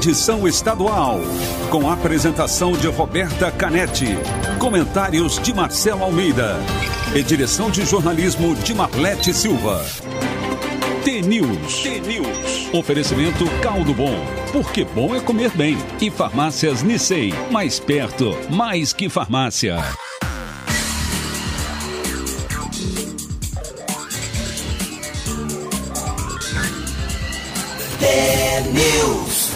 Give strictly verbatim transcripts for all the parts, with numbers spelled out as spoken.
edição estadual, com a apresentação de Roberta Canetti, comentários de Marcelo Almeida e direção de jornalismo de Marlete Silva. T-News. T-News. Oferecimento Caldo Bom, porque bom é comer bem. E Farmácias Nissei, mais perto, mais que farmácia. T-News.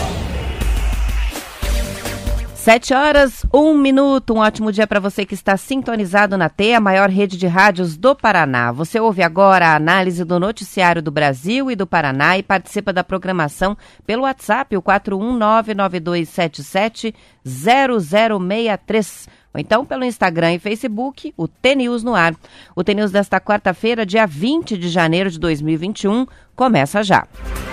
Sete horas, um minuto. Um ótimo dia para você que está sintonizado na T, a maior rede de rádios do Paraná. Você ouve agora a análise do noticiário do Brasil e do Paraná e participa da programação pelo WhatsApp, o quatro um nove nove dois sete sete zero zero seis três. Ou então pelo Instagram e Facebook, o T-News no ar. O T-News desta quarta-feira, dia vinte de janeiro de dois mil e vinte e um, começa já.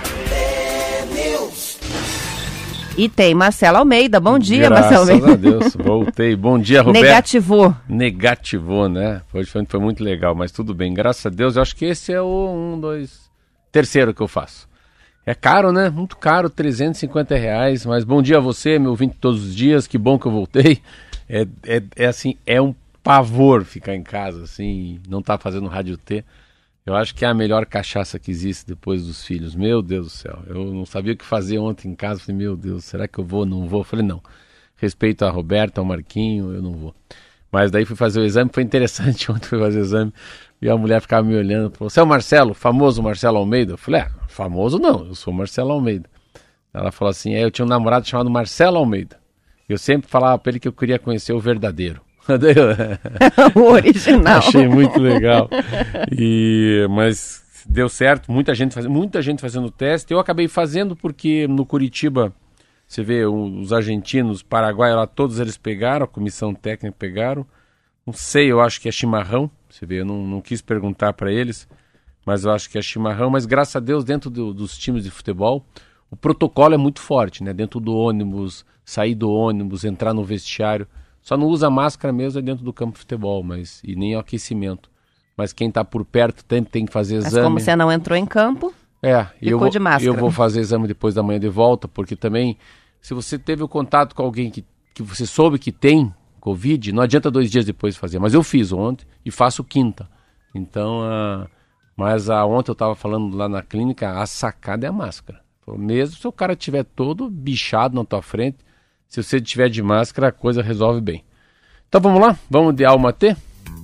E tem Marcelo Almeida. Bom dia, Graças Marcelo Almeida. Graças a Deus, voltei. Bom dia, Roberto. Negativou. Negativou, né? Hoje foi, foi muito legal, mas tudo bem. Graças a Deus, eu acho que esse é o um, dois, terceiro que eu faço. É caro, né? Muito caro, trezentos e cinquenta reais. Mas bom dia a você, meu ouvinte todos os dias. Que bom que eu voltei. É, é, é assim, é um pavor ficar em casa, assim, não tá fazendo Rádio T. Eu acho que é a melhor cachaça que existe depois dos filhos. Meu Deus do céu. Eu não sabia o que fazer ontem em casa. Falei, meu Deus, será que eu vou? Não vou? Falei, não. Respeito a Roberta, ao Marquinho, eu não vou. Mas daí fui fazer o exame. Foi interessante ontem, fui fazer o exame. E a mulher ficava me olhando. Falou, você é o Marcelo, famoso Marcelo Almeida? Eu falei, é, famoso não, eu sou o Marcelo Almeida. Ela falou assim, é, eu tinha um namorado chamado Marcelo Almeida. Eu sempre falava pra ele que eu queria conhecer o verdadeiro. O original. Achei muito legal. E, mas deu certo, muita gente, faz, muita gente fazendo o teste. Eu acabei fazendo porque no Curitiba, você vê, os argentinos, Paraguai, lá todos eles pegaram, a comissão técnica pegaram. Não sei, eu acho que é chimarrão. Você vê, eu não, não quis perguntar para eles, mas eu acho que é chimarrão. Mas graças a Deus, dentro do, dos times de futebol, o protocolo é muito forte, né? Dentro do ônibus, sair do ônibus, entrar no vestiário. Só não usa máscara mesmo é dentro do campo de futebol, mas, e nem o aquecimento. Mas quem está por perto tem, tem que fazer exame. Mas como você não entrou em campo, é, ficou eu vou, de máscara. Eu vou fazer exame depois da manhã de volta, porque também, se você teve o contato com alguém que, que você soube que tem Covid, não adianta dois dias depois fazer. Mas eu fiz ontem e faço quinta. Então, a, mas a, ontem eu estava falando lá na clínica, a sacada é a máscara. Mesmo se o cara estiver todo bichado na tua frente, se você tiver de máscara, a coisa resolve bem. Então vamos lá? Vamos de Alma T?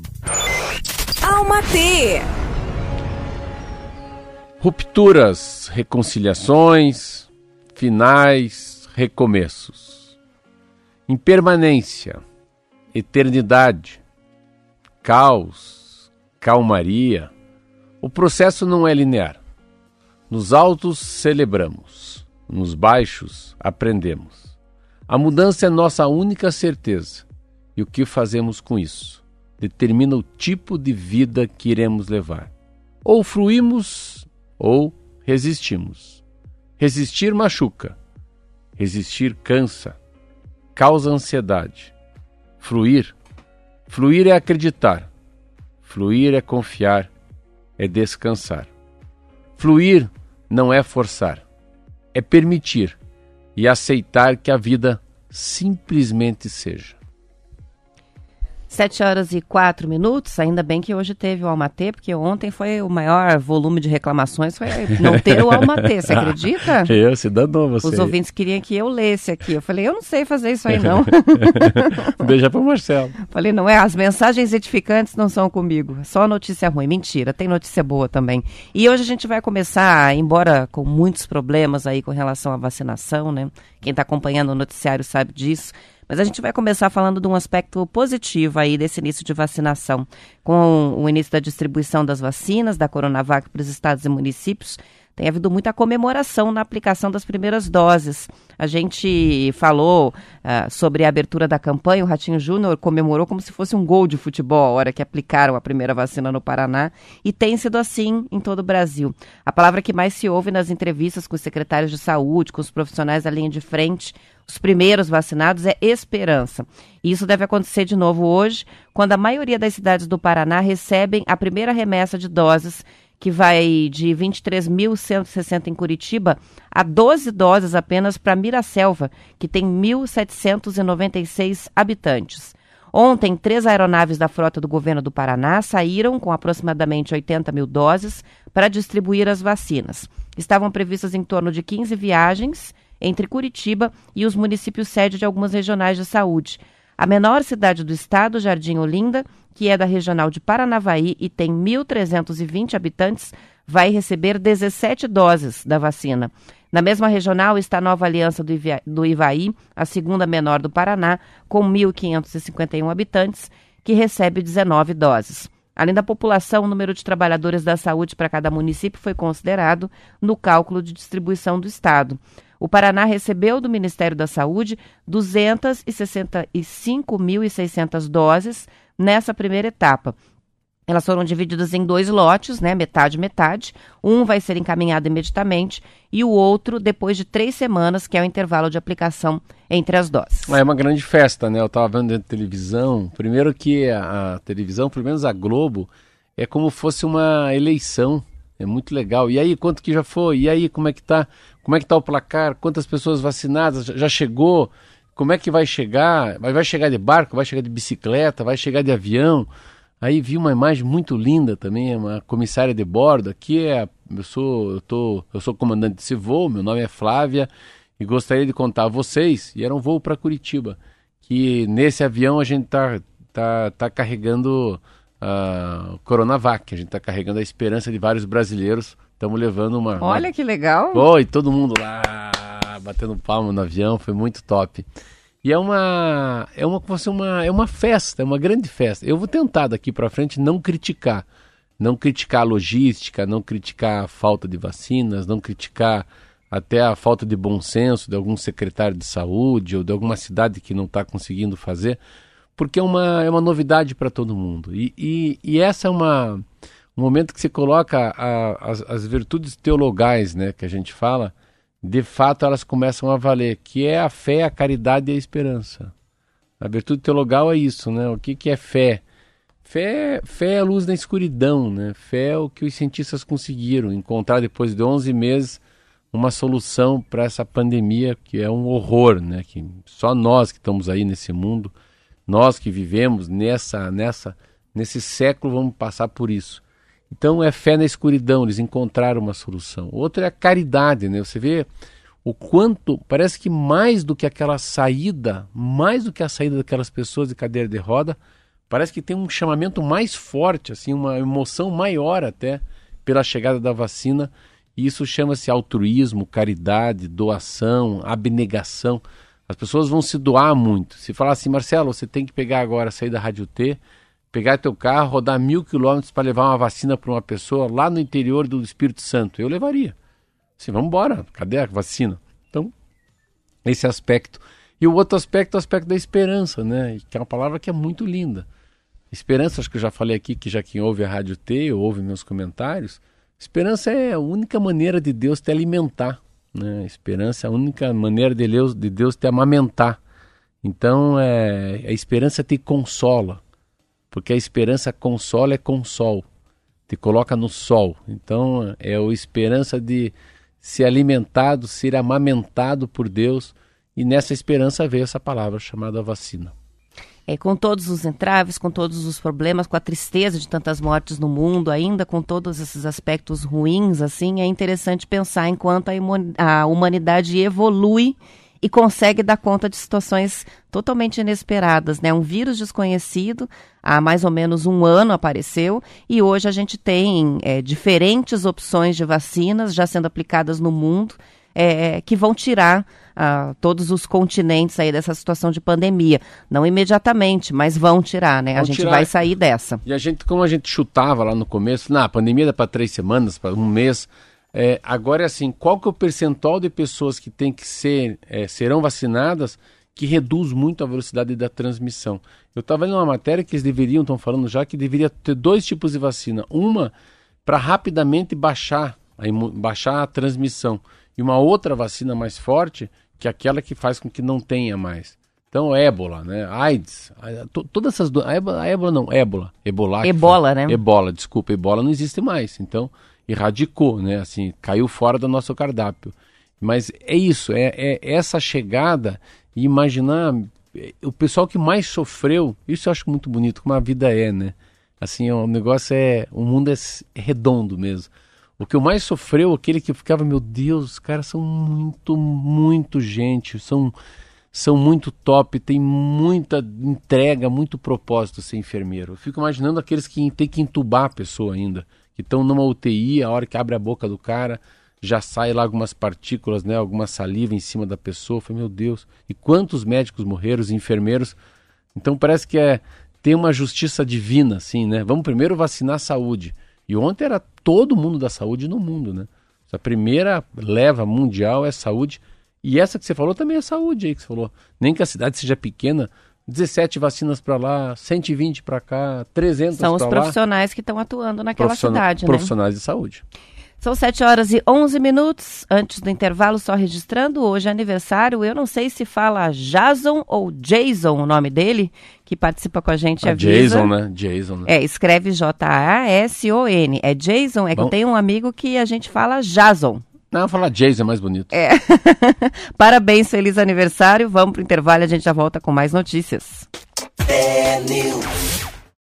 Alma T. Rupturas, reconciliações, finais, recomeços. Impermanência, eternidade, caos, calmaria. O processo não é linear. Nos altos celebramos, nos baixos aprendemos. A mudança é nossa única certeza, e o que fazemos com isso determina o tipo de vida que iremos levar. Ou fruímos, ou resistimos. Resistir machuca, resistir cansa, causa ansiedade. Fruir, fluir é acreditar, fluir é confiar, é descansar. Fluir não é forçar, é permitir e aceitar que a vida simplesmente seja. Sete horas e quatro minutos, ainda bem que hoje teve o Alma T, porque ontem foi o maior volume de reclamações, foi não ter o Alma T, você acredita? Eu, se danou você. Os ouvintes queriam que eu lesse aqui, eu falei, eu não sei fazer isso aí não. Beija pro Marcelo. Falei, não é, as mensagens edificantes não são comigo, só notícia ruim, mentira, tem notícia boa também. E hoje a gente vai começar, embora com muitos problemas aí com relação à vacinação, né? Quem está acompanhando o noticiário sabe disso. Mas a gente vai começar falando de um aspecto positivo aí desse início de vacinação. Com o início da distribuição das vacinas da Coronavac para os estados e municípios, tem havido muita comemoração na aplicação das primeiras doses. A gente falou uh, sobre a abertura da campanha, o Ratinho Júnior comemorou como se fosse um gol de futebol a hora que aplicaram a primeira vacina no Paraná, e tem sido assim em todo o Brasil. A palavra que mais se ouve nas entrevistas com os secretários de saúde, com os profissionais da linha de frente, os primeiros vacinados, é esperança. E isso deve acontecer de novo hoje, quando a maioria das cidades do Paraná recebem a primeira remessa de doses que vai de vinte e três mil cento e sessenta em Curitiba, a doze doses apenas para Miraselva, que tem mil setecentos e noventa e seis habitantes. Ontem, três aeronaves da frota do governo do Paraná saíram com aproximadamente oitenta mil doses para distribuir as vacinas. Estavam previstas em torno de quinze viagens entre Curitiba e os municípios sede de algumas regionais de saúde. A menor cidade do estado, Jardim Olinda, que é da regional de Paranavaí e tem mil trezentos e vinte habitantes, vai receber dezessete doses da vacina. Na mesma regional está Nova Aliança do, Iva, do Ivaí, a segunda menor do Paraná, com mil quinhentos e cinquenta e um habitantes, que recebe dezenove doses. Além da população, o número de trabalhadores da saúde para cada município foi considerado no cálculo de distribuição do estado. O Paraná recebeu do Ministério da Saúde duzentas e sessenta e cinco mil e seiscentas doses nessa primeira etapa. Elas foram divididas em dois lotes, né, metade, metade. Um vai ser encaminhado imediatamente e o outro depois de três semanas, que é o intervalo de aplicação entre as doses. É uma grande festa, né? Eu estava vendo na televisão. Primeiro que a, a televisão, pelo menos a Globo, é como fosse uma eleição. É muito legal. E aí, quanto que já foi? E aí, como é que tá? Como é que tá o placar? Quantas pessoas vacinadas? Já chegou? Como é que vai chegar? Vai chegar de barco? Vai chegar de bicicleta? Vai chegar de avião? Aí vi uma imagem muito linda também, uma comissária de bordo. Aqui é, eu sou, eu tô, eu sou comandante desse voo, meu nome é Flávia e gostaria de contar a vocês, e era um voo para Curitiba, que nesse avião a gente tá, tá, tá carregando a uh, Coronavac, a gente tá carregando a esperança de vários brasileiros, estamos levando uma... Olha uma... que legal! Foi, todo mundo lá, batendo palma no avião, foi muito top. E é uma, é uma, uma, é uma festa, é uma grande festa. Eu vou tentar daqui para frente não criticar, não criticar a logística, não criticar a falta de vacinas, não criticar até a falta de bom senso de algum secretário de saúde ou de alguma cidade que não está conseguindo fazer, porque é uma, é uma novidade para todo mundo. E, e, e essa é uma, um momento que se coloca a, as, as virtudes teologais, né, que a gente fala, de fato elas começam a valer, que é a fé, a caridade e a esperança. A virtude teologal é isso, né? O que, que é fé? Fé, fé é a luz na escuridão, né? Fé é o que os cientistas conseguiram encontrar depois de onze meses uma solução para essa pandemia, que é um horror, né? Que só nós que estamos aí nesse mundo, nós que vivemos nessa, nessa, nesse século vamos passar por isso. Então é fé na escuridão, eles encontraram uma solução. Outra é a caridade, né? Você vê o quanto, parece que mais do que aquela saída, mais do que a saída daquelas pessoas de cadeira de roda, parece que tem um chamamento mais forte, assim, uma emoção maior até pela chegada da vacina. E isso chama-se altruísmo, caridade, doação, abnegação. As pessoas vão se doar muito. Se falar assim, Marcelo, você tem que pegar agora, sair da Rádio T, pegar teu carro, rodar mil quilômetros para levar uma vacina para uma pessoa lá no interior do Espírito Santo. Eu levaria. Assim, vamos embora, cadê a vacina? Então, esse aspecto. E o outro aspecto é o aspecto da esperança, né? Que é uma palavra que é muito linda. Esperança, acho que eu já falei aqui, que já quem ouve a Rádio T, ou ouve meus comentários, esperança é a única maneira de Deus te alimentar, né? Esperança é a única maneira de Deus, de Deus te amamentar. Então, é, a esperança te consola. Porque a esperança consola é consol, te coloca no sol. Então é a esperança de ser alimentado, ser amamentado por Deus, e nessa esperança veio essa palavra chamada vacina. É, com todos os entraves, com todos os problemas, com a tristeza de tantas mortes no mundo, ainda com todos esses aspectos ruins, assim, é interessante pensar enquanto a, imun- a humanidade evolui e consegue dar conta de situações totalmente inesperadas, né? Um vírus desconhecido, há mais ou menos um ano apareceu, e hoje a gente tem é, diferentes opções de vacinas já sendo aplicadas no mundo, é, que vão tirar ah, todos os continentes aí dessa situação de pandemia. Não imediatamente, mas vão tirar, né? Vão a gente tirar. Vai sair dessa. E a gente, como a gente chutava lá no começo, na pandemia dá para três semanas, para um mês. É, agora é assim, qual que é o percentual de pessoas que tem que ser, é, serão vacinadas que reduz muito a velocidade da transmissão? Eu estava lendo uma matéria que eles deveriam, estão falando já, que deveria ter dois tipos de vacina. Uma para rapidamente baixar a, imu- baixar a transmissão, e uma outra vacina mais forte, que é aquela que faz com que não tenha mais. Então, ébola, né? AIDS, a, to, todas essas doenças, a ébola, a ébola não, ébola, ebola. Ebola, né? Ebola, desculpa, ebola não existe mais, então erradicou, né? Assim, caiu fora do nosso cardápio. Mas é isso, é, é essa chegada e imaginar o pessoal que mais sofreu, isso eu acho muito bonito, como a vida é, né? Assim, o negócio é, o mundo é redondo mesmo. O que eu mais sofreu, aquele que ficava, meu Deus, os caras são muito, muito gente, são... são muito top, tem muita entrega, muito propósito ser enfermeiro. Eu fico imaginando aqueles que tem que entubar a pessoa ainda, que estão numa U T I, a hora que abre a boca do cara, já sai lá algumas partículas, né, alguma saliva em cima da pessoa. Eu falei, meu Deus, e quantos médicos morreram, os enfermeiros? Então parece que é, tem uma justiça divina, assim, né? Vamos primeiro vacinar a saúde. E ontem era todo mundo da saúde no mundo, né? A primeira leva mundial é saúde. E essa que você falou também é saúde aí que você falou. Nem que a cidade seja pequena, dezessete vacinas para lá, cento e vinte para cá, trezentas para lá. São os profissionais que estão atuando naquela Profissional, cidade, profissionais né? de saúde. São sete horas e onze minutos. Antes do intervalo, só registrando, hoje é aniversário. Eu não sei se fala Jason ou Jason, o nome dele, que participa com a gente. A avisa. Jason, né? Jason, né? É, escreve J A S O N. É Jason, é que Bom. eu tenho um amigo que a gente fala Jason. Não, falar Jason é mais bonito. É. Parabéns, feliz aniversário. Vamos pro intervalo e a gente já volta com mais notícias. É News.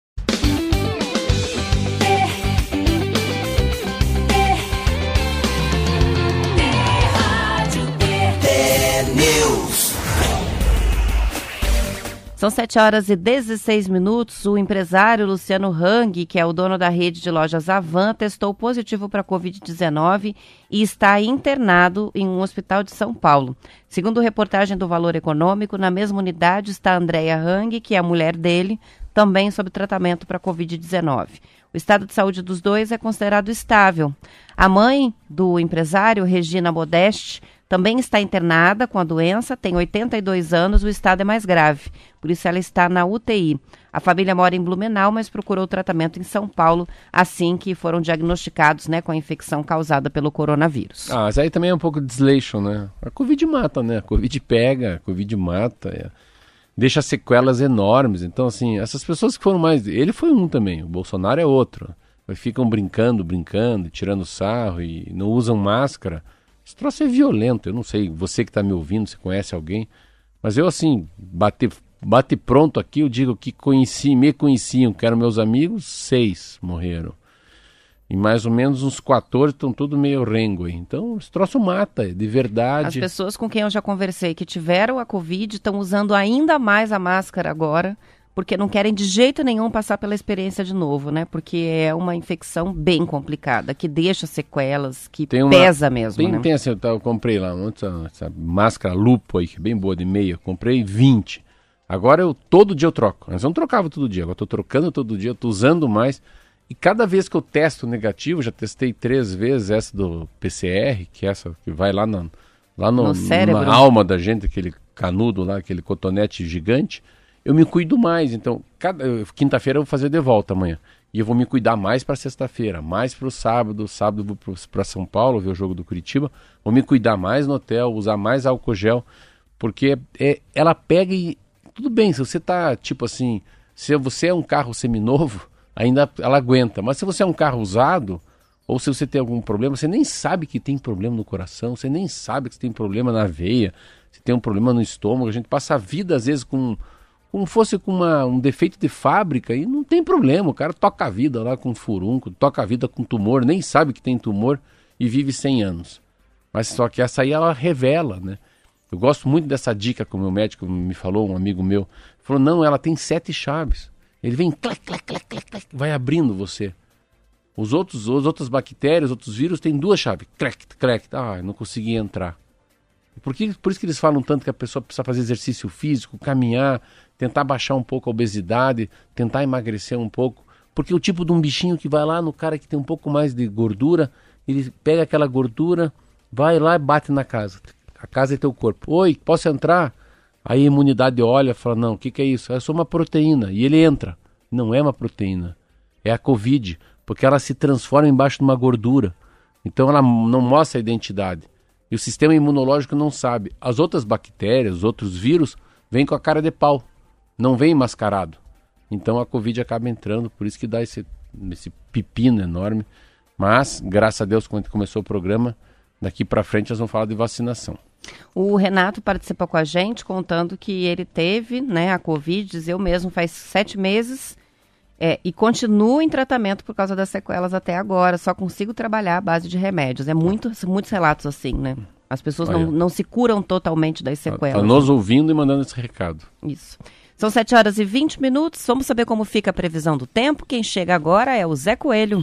São sete horas e dezesseis minutos. O empresário Luciano Hang, que é o dono da rede de lojas Avan, testou positivo para a covid dezenove e está internado em um hospital de São Paulo. Segundo reportagem do Valor Econômico, na mesma unidade está a Andréia Hang, que é a mulher dele, também sob tratamento para a covid dezenove. O estado de saúde dos dois é considerado estável. A mãe do empresário, Regina Modeste, também está internada com a doença, tem oitenta e dois anos, o estado é mais grave, por isso ela está na U T I. A família mora em Blumenau, mas procurou tratamento em São Paulo assim que foram diagnosticados, né, com a infecção causada pelo coronavírus. Ah, mas aí também é um pouco de desleixo, né? A Covid mata, né? A Covid pega, a Covid mata, é. Deixa sequelas enormes. Então, assim, essas pessoas que foram mais... Ele foi um também, o Bolsonaro é outro. Ficam brincando, brincando, tirando sarro e não usam máscara. Esse troço é violento, eu não sei, você que está me ouvindo, se conhece alguém, mas eu assim, bate, bate pronto aqui, eu digo que conheci, me conheciam, que eram meus amigos, seis morreram. E mais ou menos uns quatorze estão tudo meio rengo aí. Então, esse troço mata, de verdade. As pessoas com quem eu já conversei que tiveram a Covid estão usando ainda mais a máscara agora, porque não querem de jeito nenhum passar pela experiência de novo, né? Porque é uma infecção bem complicada, que deixa sequelas, que Tem uma, pesa mesmo, tem, né? Tem assim, eu, eu comprei lá essa, essa máscara lupo aí, que é bem boa, de meia, comprei vinte. Agora eu, todo dia eu troco. Mas eu não trocava todo dia, agora eu tô trocando todo dia, eu tô usando mais. E cada vez que eu testo negativo, já testei três vezes essa do P C R, que é essa que vai lá, na, lá no, no cérebro, na alma da gente, aquele canudo lá, aquele cotonete gigante. Eu me cuido mais, então, cada, quinta-feira eu vou fazer de volta amanhã. E eu vou me cuidar mais para sexta-feira, mais para o sábado. Sábado eu vou para São Paulo ver o jogo do Curitiba. Vou me cuidar mais no hotel, usar mais álcool gel, porque é, ela pega e... Tudo bem, se você tá, tipo assim, se você é um carro seminovo, ainda ela aguenta. Mas se você é um carro usado, ou se você tem algum problema, você nem sabe que tem problema no coração, você nem sabe que você tem problema na veia, se tem um problema no estômago. A gente passa a vida, às vezes, com... como fosse com uma, um defeito de fábrica e não tem problema, o cara toca a vida lá com furúnculo, toca a vida com tumor, nem sabe que tem tumor e vive cem anos. Mas só que essa aí ela revela, né? Eu gosto muito dessa dica que o meu médico me falou, um amigo meu, falou, não, ela tem sete chaves. Ele vem, clac, clac, clac, clac, clac, vai abrindo você. Os outros, as outras bactérias, os outros vírus têm duas chaves, clac, clac, ah, não consegui entrar. Por, que, por isso que eles falam tanto que a pessoa precisa fazer exercício físico, caminhar, tentar baixar um pouco a obesidade, tentar emagrecer um pouco, porque o tipo de um bichinho que vai lá no cara que tem um pouco mais de gordura, ele pega aquela gordura, vai lá e bate na casa. A casa é teu corpo. Oi, posso entrar? Aí a imunidade olha e fala, não, o que, que é isso? É só uma proteína. E ele entra. Não é uma proteína, é a Covid, porque ela se transforma embaixo de uma gordura. Então ela não mostra a identidade. E o sistema imunológico não sabe. As outras bactérias, os outros vírus, vem com a cara de pau, não vem mascarado. Então a Covid acaba entrando, por isso que dá esse, esse pepino enorme. Mas, graças a Deus, quando começou o programa, daqui para frente nós vamos falar de vacinação. O Renato participa com a gente, contando que ele teve, né, a Covid, diz eu mesmo, faz sete meses é, e continua em tratamento por causa das sequelas até agora. Só consigo trabalhar à base de remédios. É muito, muitos relatos assim, né? As pessoas não, não se curam totalmente das sequelas. Está nos ouvindo e mandando esse recado. Isso. São sete horas e vinte minutos. Vamos saber como fica a previsão do tempo. Quem chega agora é o Zé Coelho.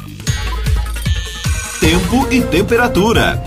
Tempo e temperatura.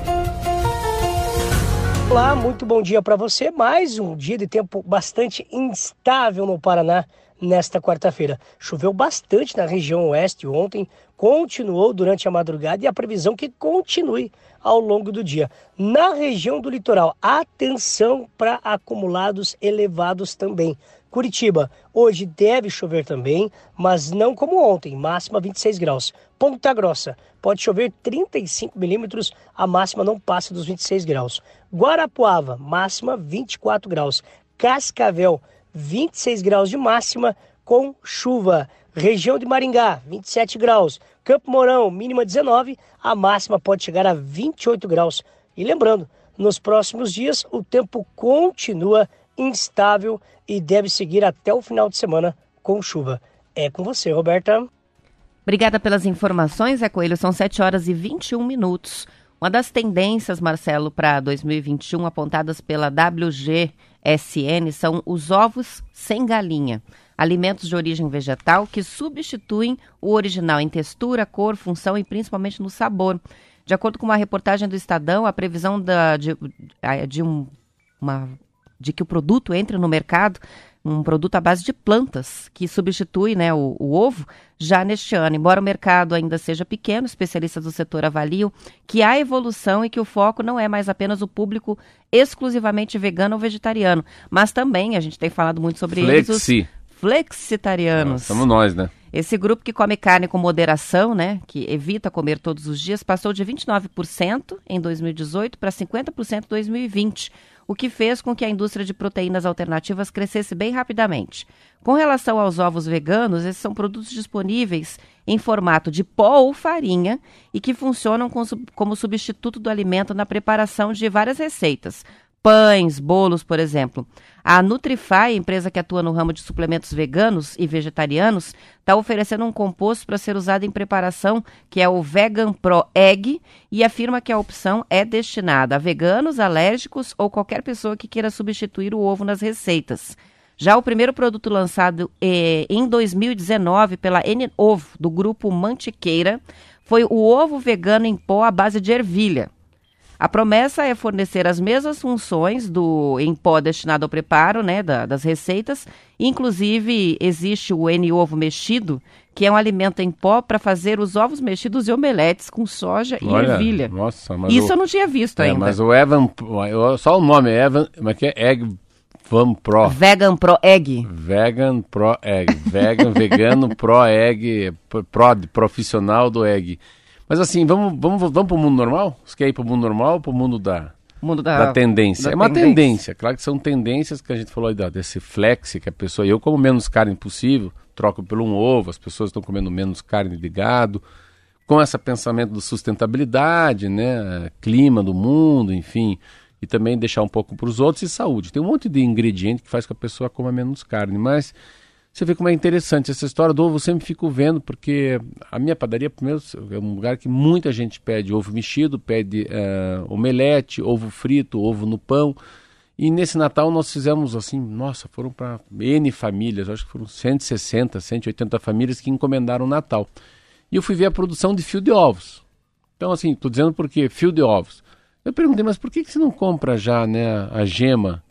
Olá, muito bom dia para você. Mais um dia de tempo bastante instável no Paraná nesta quarta-feira. Choveu bastante na região oeste ontem, continuou durante a madrugada e a previsão que continue ao longo do dia. Na região do litoral, atenção para acumulados elevados também. Curitiba, hoje deve chover também, mas não como ontem, máxima vinte e seis graus. Ponta Grossa, pode chover trinta e cinco milímetros, a máxima não passa dos vinte e seis graus. Guarapuava, máxima vinte e quatro graus. Cascavel, vinte e seis graus de máxima com chuva. Região de Maringá, vinte e sete graus. Campo Mourão, mínima dezenove, a máxima pode chegar a vinte e oito graus. E lembrando, nos próximos dias o tempo continua instável e deve seguir até o final de semana com chuva. É com você, Roberta. Obrigada pelas informações, Zé Coelho. São sete horas e vinte e um minutos. Uma das tendências, Marcelo, para dois mil e vinte e um, apontadas pela W G S N, são os ovos sem galinha. Alimentos de origem vegetal que substituem o original em textura, cor, função e principalmente no sabor. De acordo com uma reportagem do Estadão, a previsão da, de, de, um, uma, de que o produto entre no mercado, um produto à base de plantas, que substitui, né, o, o ovo, já neste ano. Embora o mercado ainda seja pequeno, especialistas do setor avaliam que há evolução e que o foco não é mais apenas o público exclusivamente vegano ou vegetariano, mas também, a gente tem falado muito sobre Flexi. eles, os flexitarianos. Ah, somos nós, né? Esse grupo que come carne com moderação, né, que evita comer todos os dias, passou de vinte e nove por cento em dois mil e dezoito para cinquenta por cento em dois mil e vinte, o que fez com que a indústria de proteínas alternativas crescesse bem rapidamente. Com relação aos ovos veganos, esses são produtos disponíveis em formato de pó ou farinha e que funcionam com, como substituto do alimento na preparação de várias receitas. Pães, bolos, por exemplo. A Nutrify, empresa que atua no ramo de suplementos veganos e vegetarianos, está oferecendo um composto para ser usado em preparação, que é o Vegan Pro Egg, e afirma que a opção é destinada a veganos, alérgicos ou qualquer pessoa que queira substituir o ovo nas receitas. Já o primeiro produto lançado eh, em dois mil e dezenove pela N-Ovo, do grupo Mantiqueira, foi o ovo vegano em pó à base de ervilha. A promessa é fornecer as mesmas funções do em pó destinado ao preparo, né, da, das receitas. Inclusive, existe o N-ovo mexido, que é um alimento em pó para fazer os ovos mexidos e omeletes com soja Olha, e ervilha. Nossa, mas Isso o, eu não tinha visto é, ainda. Mas o Evan, só o nome, Evan, como é que é? Egg Van Pro. Vegan Pro Egg. Vegan Pro Egg. Vegan, vegano, Pro Egg, pro, profissional do Egg. Mas assim, vamos, vamos, vamos para o mundo normal? Você quer ir para o mundo normal ou para o mundo da, mundo da, da tendência? da é uma tendência. tendência. Claro que são tendências que a gente falou aí, desse flex, que a pessoa... Eu como menos carne possível, troco por um ovo, as pessoas estão comendo menos carne de gado. Com esse pensamento de sustentabilidade, né? Clima do mundo, enfim. E também deixar um pouco para os outros e saúde. Tem um monte de ingrediente que faz com que a pessoa coma menos carne, mas... Você vê como é interessante essa história do ovo, eu sempre fico vendo, porque a minha padaria, primeiro, é um lugar que muita gente pede ovo mexido, pede uh, omelete, ovo frito, ovo no pão. E nesse Natal nós fizemos assim, nossa, foram para N famílias, acho que foram cento e sessenta, cento e oitenta famílias que encomendaram o Natal. E eu fui ver a produção de fio de ovos. Então assim, estou dizendo porque fio de ovos. Eu perguntei, mas por que, que você não compra já, né, a gema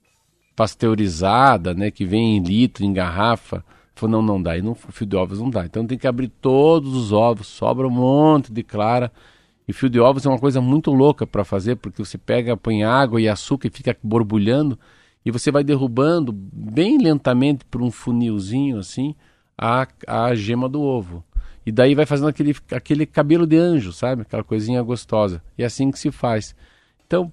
pasteurizada, né, que vem em litro, em garrafa? Falou, não, não dá, e não, o fio de ovos não dá. Então tem que abrir todos os ovos, sobra um monte de clara. E fio de ovos é uma coisa muito louca para fazer, porque você pega, põe água e açúcar e fica borbulhando, e você vai derrubando bem lentamente por um funilzinho assim a, a gema do ovo. E daí vai fazendo aquele, aquele cabelo de anjo, sabe? Aquela coisinha gostosa. E é assim que se faz. Então,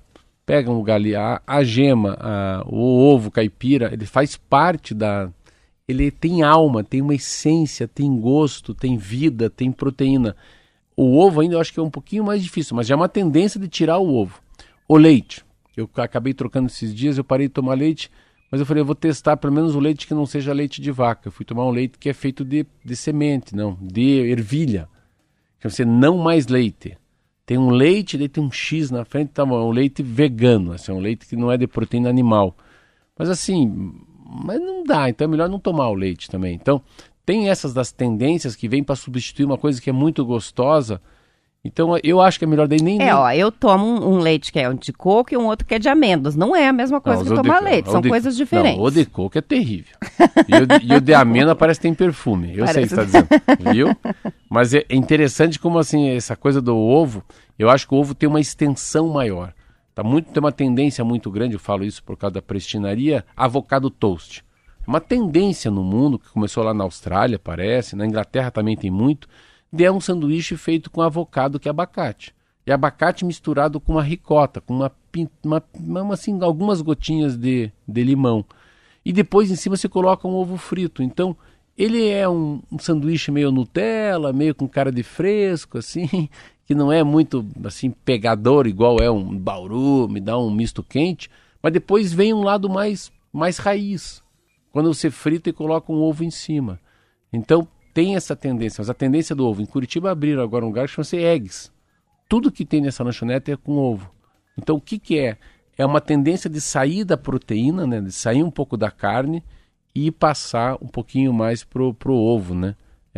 pegam o galinho, a, a gema, a, o ovo caipira, ele faz parte da... Ele tem alma, tem uma essência, tem gosto, tem vida, tem proteína. O ovo ainda eu acho que é um pouquinho mais difícil, mas já é uma tendência de tirar o ovo. O leite, eu acabei trocando esses dias, eu parei de tomar leite, mas eu falei, eu vou testar pelo menos o leite que não seja leite de vaca. Eu fui tomar um leite que é feito de, de semente, não, de ervilha. Quer dizer, não mais leite. Tem um leite, daí tem um X na frente, tá bom, é um leite vegano, assim, é um leite que não é de proteína animal. Mas assim, mas não dá, então é melhor não tomar o leite também. Então, tem essas das tendências que vêm para substituir uma coisa que é muito gostosa. Então, eu acho que é melhor daí nem... É, ó, eu tomo um, um leite que é de coco e um outro que é de amêndoas. Não é a mesma coisa não, que tomar de, leite, são de, coisas diferentes. Não, o de coco é terrível. E o, e o de amêndoa parece que tem perfume. Eu parece. sei o que você está dizendo, viu? Mas é interessante como, assim, essa coisa do ovo, eu acho que o ovo tem uma extensão maior. Tá muito, tem uma tendência muito grande, eu falo isso por causa da prestinaria, avocado toast. É uma tendência no mundo, que começou lá na Austrália, parece, na Inglaterra também tem muito, é um sanduíche feito com avocado, que é abacate. E abacate misturado com uma ricota, com uma, uma, uma assim, algumas gotinhas de, de limão. E depois em cima você coloca um ovo frito. Então, ele é um, um sanduíche meio Nutella, meio com cara de fresco, assim, que não é muito assim pegador, igual é um bauru, me dá um misto quente. Mas depois vem um lado mais, mais raiz, quando você frita e coloca um ovo em cima. Então, tem essa tendência, mas a tendência do ovo. Em Curitiba abriram agora um lugar que chama-se Eggs. Tudo que tem nessa lanchonete é com ovo. Então o que, que é? É uma tendência de sair da proteína, né? De sair um pouco da carne e passar um pouquinho mais pro, pro ovo, né?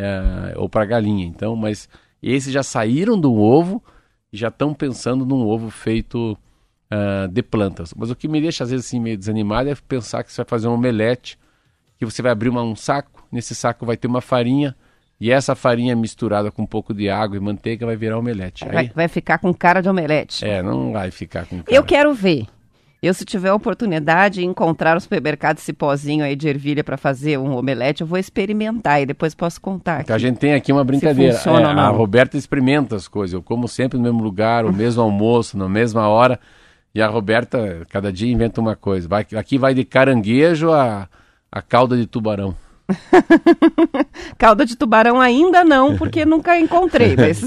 É, ou para a galinha. Então, mas esses já saíram do ovo e já estão pensando num ovo feito uh, de plantas. Mas o que me deixa às vezes assim, meio desanimado é pensar que você vai fazer um omelete, que você vai abrir uma, um saco, nesse saco vai ter uma farinha, e essa farinha misturada com um pouco de água e manteiga vai virar omelete. Aí, vai, vai ficar com cara de omelete. É, não vai ficar com cara. Eu quero ver. Eu, se tiver a oportunidade de encontrar no supermercado esse pozinho aí de ervilha para fazer um omelete, eu vou experimentar e depois posso contar. Então, a gente tem aqui uma brincadeira. É, a Roberta experimenta as coisas. Eu como sempre no mesmo lugar, o mesmo almoço, na mesma hora. E a Roberta, cada dia inventa uma coisa. Vai, aqui vai de caranguejo a... A calda de tubarão. Calda de tubarão ainda não, porque nunca encontrei. Mas...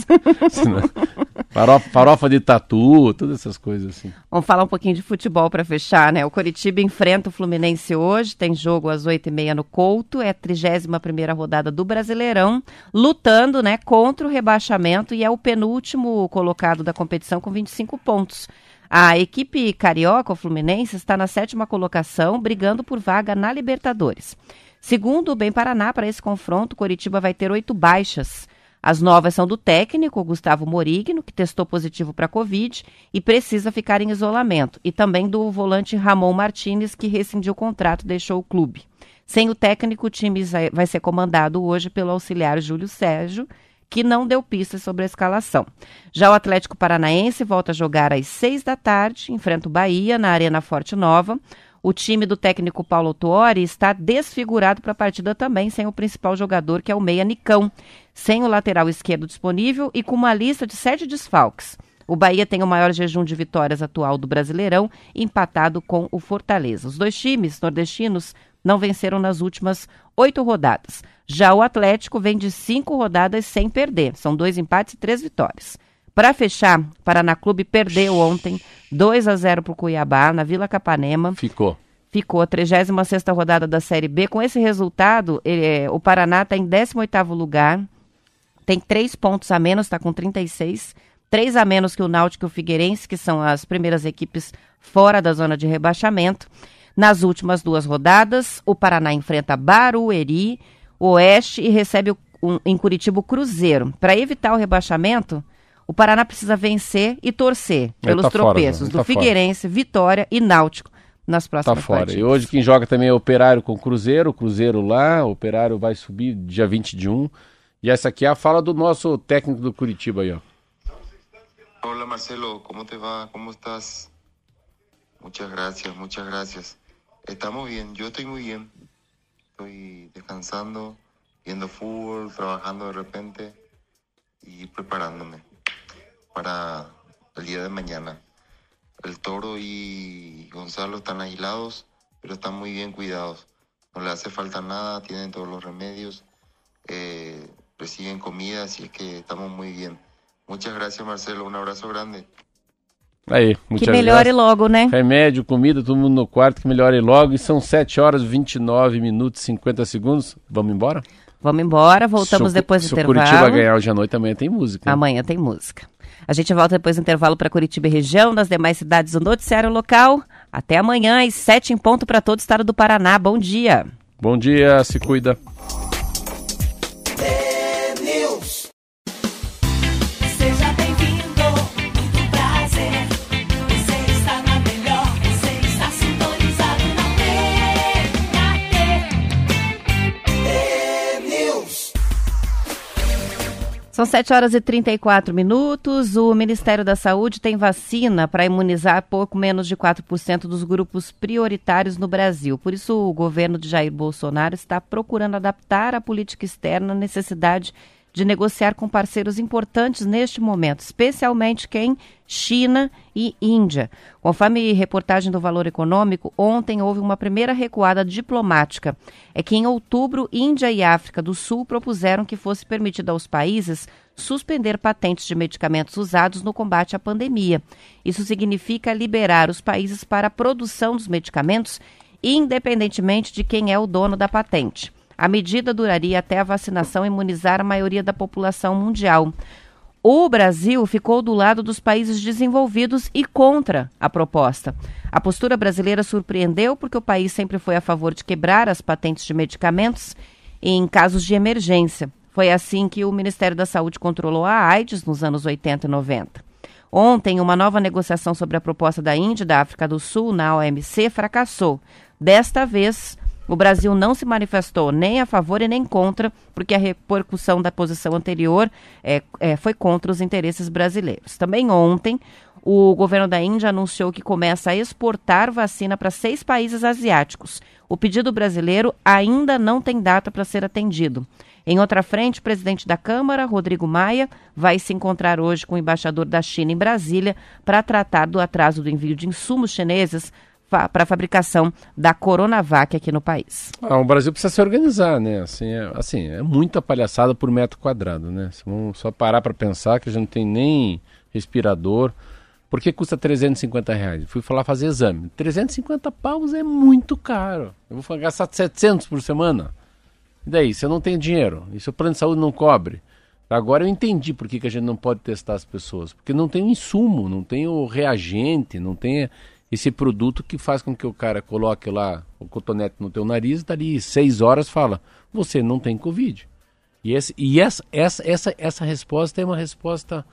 farofa, farofa de tatu, todas essas coisas assim. Vamos falar um pouquinho de futebol para fechar, né? O Coritiba enfrenta o Fluminense hoje, tem jogo às oito e meia no Couto, é a trigésima primeira rodada do Brasileirão, lutando, né, contra o rebaixamento e é o penúltimo colocado da competição com vinte e cinco pontos. A equipe carioca, o Fluminense, está na sétima colocação, brigando por vaga na Libertadores. Segundo o Bem Paraná, para esse confronto, o Coritiba vai ter oito baixas. As novas são do técnico, Gustavo Morigno, que testou positivo para a Covid e precisa ficar em isolamento. E também do volante Ramon Martínez, que rescindiu o contrato e deixou o clube. Sem o técnico, o time vai ser comandado hoje pelo auxiliar Júlio Sérgio, que não deu pistas sobre a escalação. Já o Atlético Paranaense volta a jogar às seis da tarde, enfrenta o Bahia na Arena Forte Nova. O time do técnico Paulo Tuori está desfigurado para a partida também, sem o principal jogador, que é o meia Nicão, sem o lateral esquerdo disponível e com uma lista de sete desfalques. O Bahia tem o maior jejum de vitórias atual do Brasileirão, empatado com o Fortaleza. Os dois times nordestinos não venceram nas últimas oito rodadas. Já o Atlético vem de cinco rodadas sem perder. São dois empates e três vitórias. Para fechar, o Paraná Clube perdeu ontem dois a zero para o Cuiabá, na Vila Capanema. Ficou. Ficou a trigésima sexta rodada da Série B. Com esse resultado, ele, o Paraná está em décimo oitavo lugar. Tem três pontos a menos, está com trinta e seis. Três a menos que o Náutico e o Figueirense, que são as primeiras equipes fora da zona de rebaixamento. Nas últimas duas rodadas, o Paraná enfrenta Barueri, o Oeste e recebe o, um, em Curitiba o Cruzeiro. Para evitar o rebaixamento, o Paraná precisa vencer e torcer pelos tá tropeços fora, do tá Figueirense, fora. Vitória e Náutico nas próximas tá fora. partidas. E hoje quem joga também é o Operário com o Cruzeiro, o Cruzeiro lá, o Operário vai subir dia vinte de um. E essa aqui é a fala do nosso técnico do Curitiba aí, ó. Hola Marcelo, ¿cómo te va? ¿Cómo estás? Muchas gracias, muchas gracias. Estamos bien, yo estoy muy bien. Estoy descansando, viendo fútbol, trabajando de repente y preparándome para el día de mañana. el Toro y Gonzalo están aislados, pero están muy bien cuidados. No le hace falta nada, tienen todos los remedios, eh, reciben comida, así es que estamos muy bien. Muchas gracias, Marcelo, um abraço grande. Aí, muitas Que melhore graças. logo, né? Remédio, comida, todo mundo no quarto, que melhore logo. E são sete horas, vinte e nove minutos e cinquenta segundos. Vamos embora? Vamos embora, voltamos Se o- depois do se o intervalo. Curitiba ganhar hoje à noite, amanhã tem música. hein? Amanhã tem música. A gente volta depois do intervalo para Curitiba e região, nas demais cidades do noticiário local. Até amanhã, às sete em ponto para todo o estado do Paraná. Bom dia. Bom dia, se cuida. Seja bem-vindo, muito prazer. Você está na melhor, você está sintonizado na T News. São sete horas e trinta e quatro minutos. O Ministério da Saúde tem vacina para imunizar pouco menos de quatro por cento dos grupos prioritários no Brasil. Por isso, o governo de Jair Bolsonaro está procurando adaptar a política externa à necessidade de negociar com parceiros importantes neste momento, especialmente quem? China e Índia. Conforme reportagem do Valor Econômico, ontem houve uma primeira recuada diplomática. É que em outubro, Índia e África do Sul propuseram que fosse permitido aos países suspender patentes de medicamentos usados no combate à pandemia. Isso significa liberar os países para a produção dos medicamentos, independentemente de quem é o dono da patente. A medida duraria até a vacinação imunizar a maioria da população mundial. O Brasil ficou do lado dos países desenvolvidos e contra a proposta. A postura brasileira surpreendeu porque o país sempre foi a favor de quebrar as patentes de medicamentos em casos de emergência. Foi assim que o Ministério da Saúde controlou a AIDS nos anos oitenta e noventa. Ontem, uma nova negociação sobre a proposta da Índia e da África do Sul na O M C fracassou. Desta vez, o Brasil não se manifestou nem a favor e nem contra, porque a repercussão da posição anterior é, é, foi contra os interesses brasileiros. Também ontem, o governo da Índia anunciou que começa a exportar vacina para seis países asiáticos. O pedido brasileiro ainda não tem data para ser atendido. Em outra frente, o presidente da Câmara, Rodrigo Maia, vai se encontrar hoje com o embaixador da China em Brasília para tratar do atraso do envio de insumos chineses para a fabricação da Coronavac aqui no país. Ah, o Brasil precisa se organizar, né? Assim é, assim, é muita palhaçada por metro quadrado, né? Se vamos só parar para pensar que a gente não tem nem respirador. Por que custa trezentos e cinquenta reais? Fui falar fazer exame. trezentos e cinquenta paus é muito caro. Eu vou gastar setecentos por semana. E daí, se eu não tenho dinheiro? E se o plano de saúde não cobre? Agora eu entendi por que, que a gente não pode testar as pessoas. Porque não tem o insumo, não tem o reagente, não tem esse produto que faz com que o cara coloque lá o cotonete no teu nariz e dali seis horas fala, você não tem Covid. E, esse, e essa, essa, essa, essa resposta é uma resposta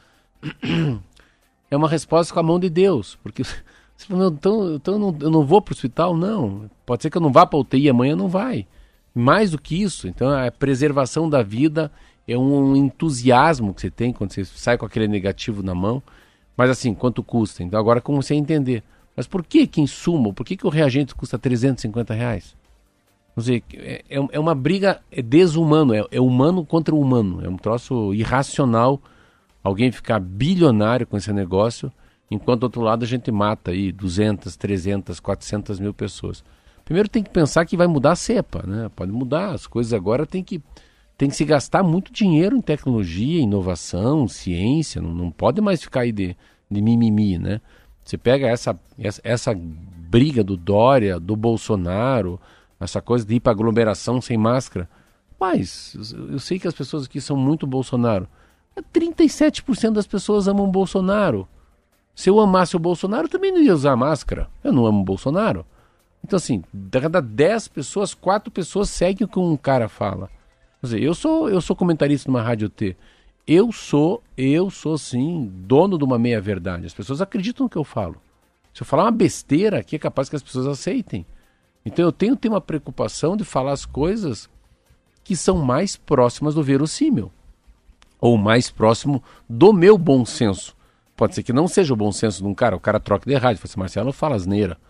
é uma resposta com a mão de Deus. Porque você fala, então, então eu, não, eu não vou para o hospital? Não. Pode ser que eu não vá para a U T I amanhã, não vai. Mais do que isso, então a preservação da vida é um entusiasmo que você tem quando você sai com aquele negativo na mão. Mas assim, quanto custa? Então agora como você entender. Mas por que que insumo? Por que que o reagente custa trezentos e cinquenta reais? Não sei, é, é uma briga é desumano, é, é humano contra humano. É um troço irracional alguém ficar bilionário com esse negócio, enquanto do outro lado a gente mata aí duzentas, trezentas, quatrocentas mil pessoas. Primeiro tem que pensar que vai mudar a cepa, né? Pode mudar, as coisas agora tem que, tem que se gastar muito dinheiro em tecnologia, inovação, ciência, não, não pode mais ficar aí de, de mimimi, né? Você pega essa, essa, essa briga do Dória, do Bolsonaro, essa coisa de ir para aglomeração sem máscara. Mas eu sei que as pessoas aqui são muito Bolsonaro. trinta e sete por cento das pessoas amam o Bolsonaro. Se eu amasse o Bolsonaro, eu também não ia usar máscara. Eu não amo o Bolsonaro. Então assim, de cada dez pessoas, quatro pessoas seguem o que um cara fala. Quer dizer, eu sou, eu sou comentarista numa Rádio T. Eu sou, eu sou sim, dono de uma meia-verdade. As pessoas acreditam no que eu falo. Se eu falar uma besteira aqui, é capaz que as pessoas aceitem. Então eu tenho que ter uma preocupação de falar as coisas que são mais próximas do verossímil. Ou mais próximo do meu bom senso. Pode ser que não seja o bom senso de um cara. O cara troca de rádio. Fala assim, Marcelo, fala asneira.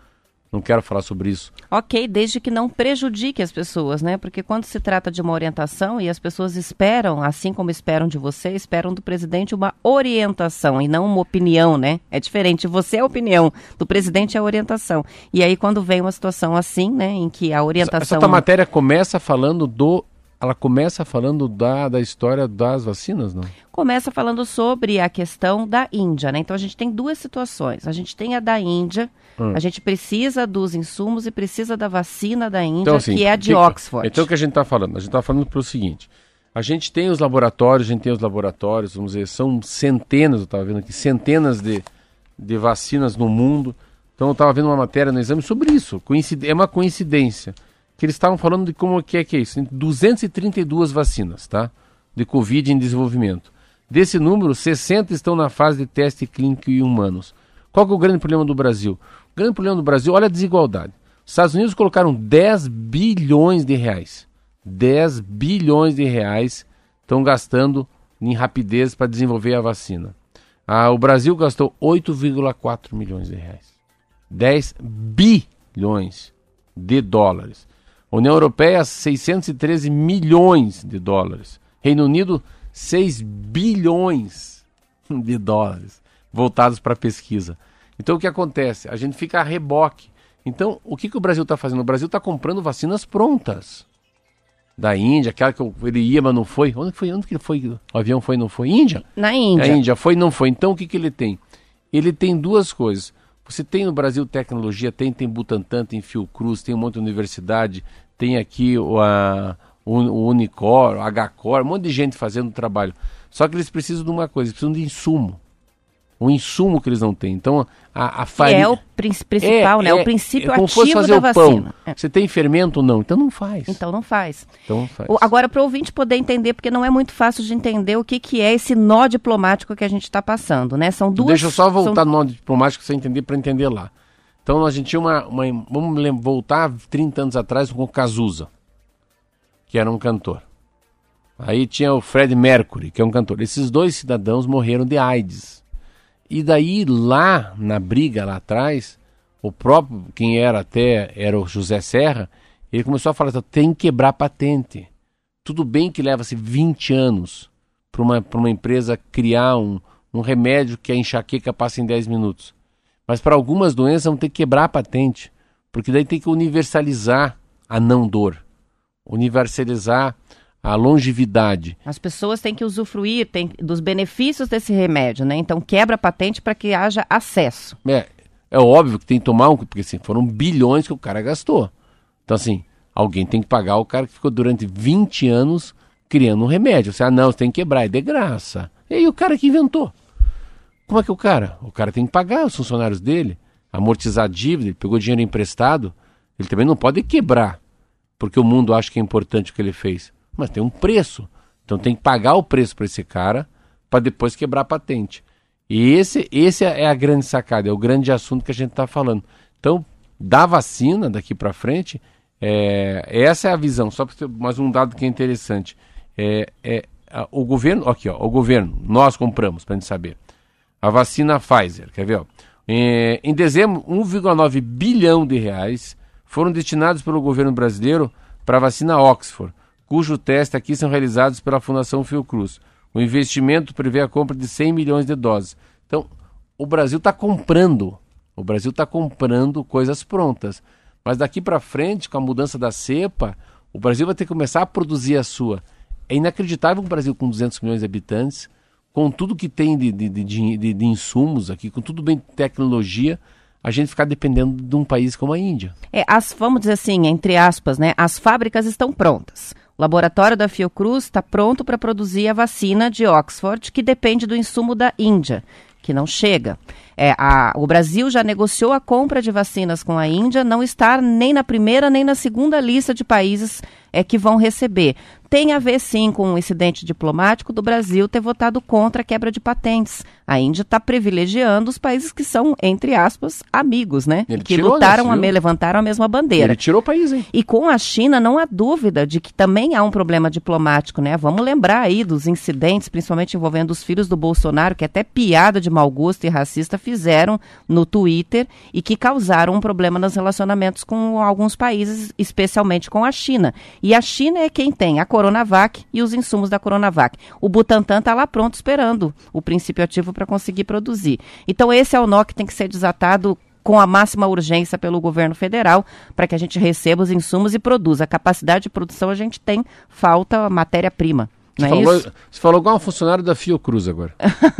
Não quero falar sobre isso. Ok, desde que não prejudique as pessoas, né? Porque quando se trata de uma orientação e as pessoas esperam, assim como esperam de você, esperam do presidente uma orientação e não uma opinião, né? É diferente, você é a opinião, do presidente é a orientação. E aí quando vem uma situação assim, né, em que a orientação... Essa tua matéria começa falando do... Ela começa falando da, da história das vacinas, não? Começa falando sobre a questão da Índia, né? Então a gente tem duas situações. A gente tem a da Índia, hum. a gente precisa dos insumos e precisa da vacina da Índia, então, assim, que é a de que, Oxford. Então o que a gente está falando? A gente está falando para o seguinte, a gente tem os laboratórios, a gente tem os laboratórios, vamos dizer, são centenas, eu estava vendo aqui, centenas de, de vacinas no mundo. Então eu estava vendo uma matéria no exame sobre isso, Coincid... é uma coincidência. Que eles estavam falando de como que é que é isso, duzentas e trinta e duas vacinas, tá? De Covid em desenvolvimento. Desse número, sessenta estão na fase de teste clínico em humanos. Qual que é o grande problema do Brasil? O grande problema do Brasil, olha a desigualdade. Os Estados Unidos colocaram dez bilhões de reais. dez bilhões de reais estão gastando em rapidez para desenvolver a vacina. Ah, o Brasil gastou oito vírgula quatro milhões de reais. dez bilhões de dólares. União Europeia, seiscentos e treze milhões de dólares. Reino Unido, seis bilhões de dólares voltados para a pesquisa. Então, o que acontece? A gente fica a reboque. Então, o que, que o Brasil está fazendo? O Brasil está comprando vacinas prontas. Da Índia, aquela que ele ia, mas não foi. Onde foi? Onde que ele foi? O avião foi e não foi? Índia? Na Índia. Na Índia, foi e não foi. Então, o que, que ele tem? Ele tem duas coisas. Você tem no Brasil tecnologia, tem, tem Butantan, tem Fiocruz, tem um monte de universidade, tem aqui o, a, o, o Unicor, o H-Cor, um monte de gente fazendo trabalho. Só que eles precisam de uma coisa, eles precisam de insumo. Um insumo que eles não têm. Então, a, a farinha... É o principal, é, né? É, o princípio é como ativo fazer da o vacina. Pão. É. Você tem fermento ou não? Então não faz. Então não faz. Então não faz. O, agora, para o ouvinte poder entender, porque não é muito fácil de entender o que, que é esse nó diplomático que a gente está passando, né? São duas... Deixa eu só voltar são... no nó diplomático para você entender, para entender lá. Então a gente tinha uma, uma... Vamos voltar trinta anos atrás com o Cazuza, que era um cantor. Aí tinha o Fred Mercury, que é um cantor. Esses dois cidadãos morreram de AIDS. E daí lá na briga lá atrás, o próprio, quem era até, era o José Serra, ele começou a falar, tem que quebrar patente. Tudo bem que leva-se vinte anos para uma, para uma empresa criar um, um remédio que a enxaqueca passa em dez minutos. Mas para algumas doenças vão ter que quebrar a patente, porque daí tem que universalizar a não dor, universalizar a longevidade. As pessoas têm que usufruir tem, dos benefícios desse remédio, né? Então quebra a patente para que haja acesso. É, é óbvio que tem que tomar um, porque assim, foram bilhões que o cara gastou. Então assim, alguém tem que pagar o cara que ficou durante vinte anos criando um remédio. Você, ah não, você tem que quebrar, é de graça. E aí o cara que inventou. Como é que o cara? O cara tem que pagar os funcionários dele, amortizar a dívida, ele pegou dinheiro emprestado, ele também não pode quebrar, porque o mundo acha que é importante o que ele fez. Mas tem um preço, então tem que pagar o preço para esse cara para depois quebrar a patente. E esse, esse é a grande sacada, é o grande assunto que a gente está falando. Então, da vacina daqui para frente, é, essa é a visão. Só para ter mais um dado que é interessante. É, é, a, o governo, aqui ó, o governo, nós compramos, para a gente saber. A vacina Pfizer, quer ver? Ó, é, em dezembro, um vírgula nove bilhão de reais foram destinados pelo governo brasileiro para a vacina Oxford, cujo teste aqui são realizados pela Fundação Fiocruz. O investimento prevê a compra de cem milhões de doses. Então, o Brasil está comprando, o Brasil está comprando coisas prontas. Mas daqui para frente, com a mudança da cepa, o Brasil vai ter que começar a produzir a sua. É inacreditável um Brasil com duzentos milhões de habitantes, com tudo que tem de, de, de, de, de insumos aqui, com tudo bem de tecnologia, a gente ficar dependendo de um país como a Índia. É, as, vamos dizer assim, entre aspas, né? As fábricas estão prontas. O laboratório da Fiocruz está pronto para produzir a vacina de Oxford, que depende do insumo da Índia, que não chega. É, a, o Brasil já negociou a compra de vacinas com a Índia, não está nem na primeira nem na segunda lista de países é, que vão receber. Tem a ver, sim, com um incidente diplomático do Brasil ter votado contra a quebra de patentes. A Índia está privilegiando os países que são, entre aspas, amigos, né? Ele que tirou, lutaram, né, a me, levantaram a mesma bandeira. Ele tirou o país, hein? E com a China não há dúvida de que também há um problema diplomático, né? Vamos lembrar aí dos incidentes, principalmente envolvendo os filhos do Bolsonaro, que até piada de mau gosto e racista fizeram fizeram no Twitter e que causaram um problema nos relacionamentos com alguns países, especialmente com a China. E a China é quem tem a Coronavac e os insumos da Coronavac. O Butantan está lá pronto esperando o princípio ativo para conseguir produzir. Então esse é o nó que tem que ser desatado com a máxima urgência pelo governo federal, para que a gente receba os insumos e produza. A capacidade de produção a gente tem, falta matéria-prima. Não Você é falou, isso? você falou igual um funcionário da Fiocruz agora.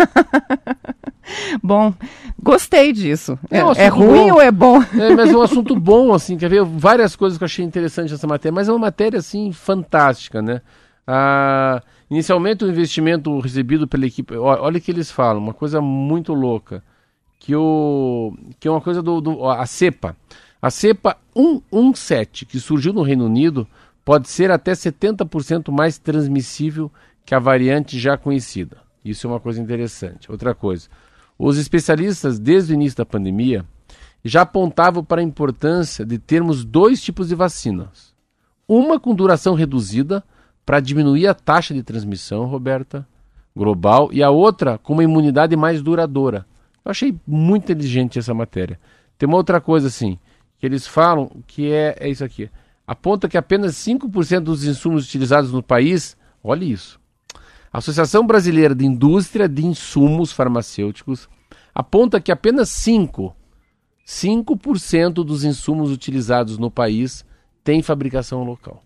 Bom, gostei disso. É, É um é assunto ruim bom. ou é bom? É, mas é um assunto bom, assim, quer ver? Várias coisas que eu achei interessante nessa matéria, mas é uma matéria, assim, fantástica, né? Ah, inicialmente o investimento recebido pela equipe, ó, olha o que eles falam, uma coisa muito louca, que, o, que é uma coisa do, do a cepa. A cepa cento e dezessete, que surgiu no Reino Unido, pode ser até setenta por cento mais transmissível que a variante já conhecida. Isso é uma coisa interessante. Outra coisa, os especialistas, desde o início da pandemia, já apontavam para a importância de termos dois tipos de vacinas. Uma com duração reduzida, para diminuir a taxa de transmissão, Roberta, global, e a outra com uma imunidade mais duradoura. Eu achei muito inteligente essa matéria. Tem uma outra coisa, assim, que eles falam que é, é isso aqui. Aponta que apenas cinco por cento dos insumos utilizados no país, olha isso, a Associação Brasileira de Indústria de Insumos Farmacêuticos aponta que apenas cinco por cento dos insumos utilizados no país tem fabricação local.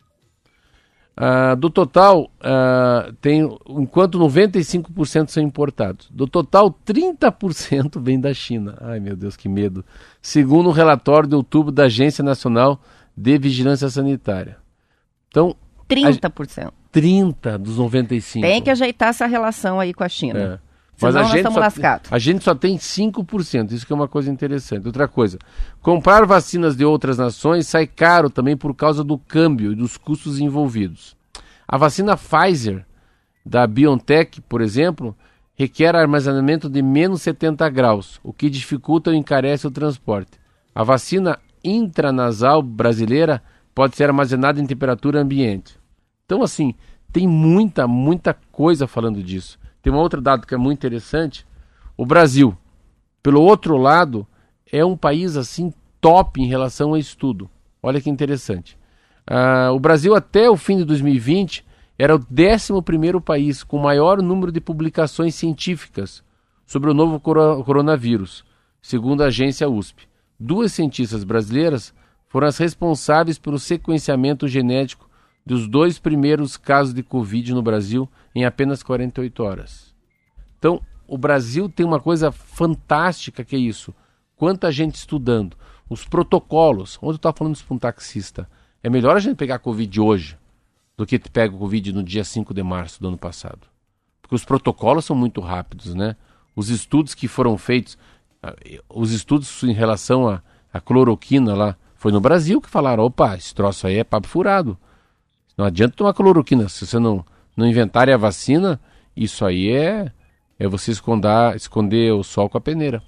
Uh, do total, uh, tem, enquanto noventa e cinco por cento são importados. Do total, trinta por cento vem da China. Ai, meu Deus, que medo. Segundo um relatório de outubro da Agência Nacional de Vigilância Sanitária. Então, trinta por cento. trinta dos noventa e cinco. Tem que ajeitar essa relação aí com a China. É. Senão Mas a nós gente, estamos só, lascados. a gente só tem cinco por cento, isso que é uma coisa interessante. Outra coisa, comprar vacinas de outras nações sai caro também por causa do câmbio e dos custos envolvidos. A vacina Pfizer, da BioNTech, por exemplo, requer armazenamento de menos setenta graus, o que dificulta ou encarece o transporte. A vacina intranasal brasileira pode ser armazenada em temperatura ambiente. Então, assim, tem muita, muita coisa falando disso. Tem um outro dado que é muito interessante. O Brasil, pelo outro lado, é um país assim top em relação a estudo. Olha que interessante. Uh, o Brasil, até o fim de dois mil e vinte, era o décimo primeiro país com maior número de publicações científicas sobre o novo coro- coronavírus, segundo a agência U S P. Duas cientistas brasileiras foram as responsáveis pelo sequenciamento genético dos dois primeiros casos de Covid no Brasil em apenas quarenta e oito horas. Então, o Brasil tem uma coisa fantástica que é isso. Quanta gente estudando. Os protocolos. Onde eu estava falando isso para um taxista? É melhor a gente pegar a Covid hoje do que pega o Covid no dia cinco de março do ano passado. Porque os protocolos são muito rápidos, né? Os estudos que foram feitos, os estudos em relação à, à cloroquina lá, foi no Brasil que falaram, opa, esse troço aí é papo furado. Não adianta tomar cloroquina. Se você não, não inventar a vacina, isso aí é, é você esconder, esconder o sol com a peneira.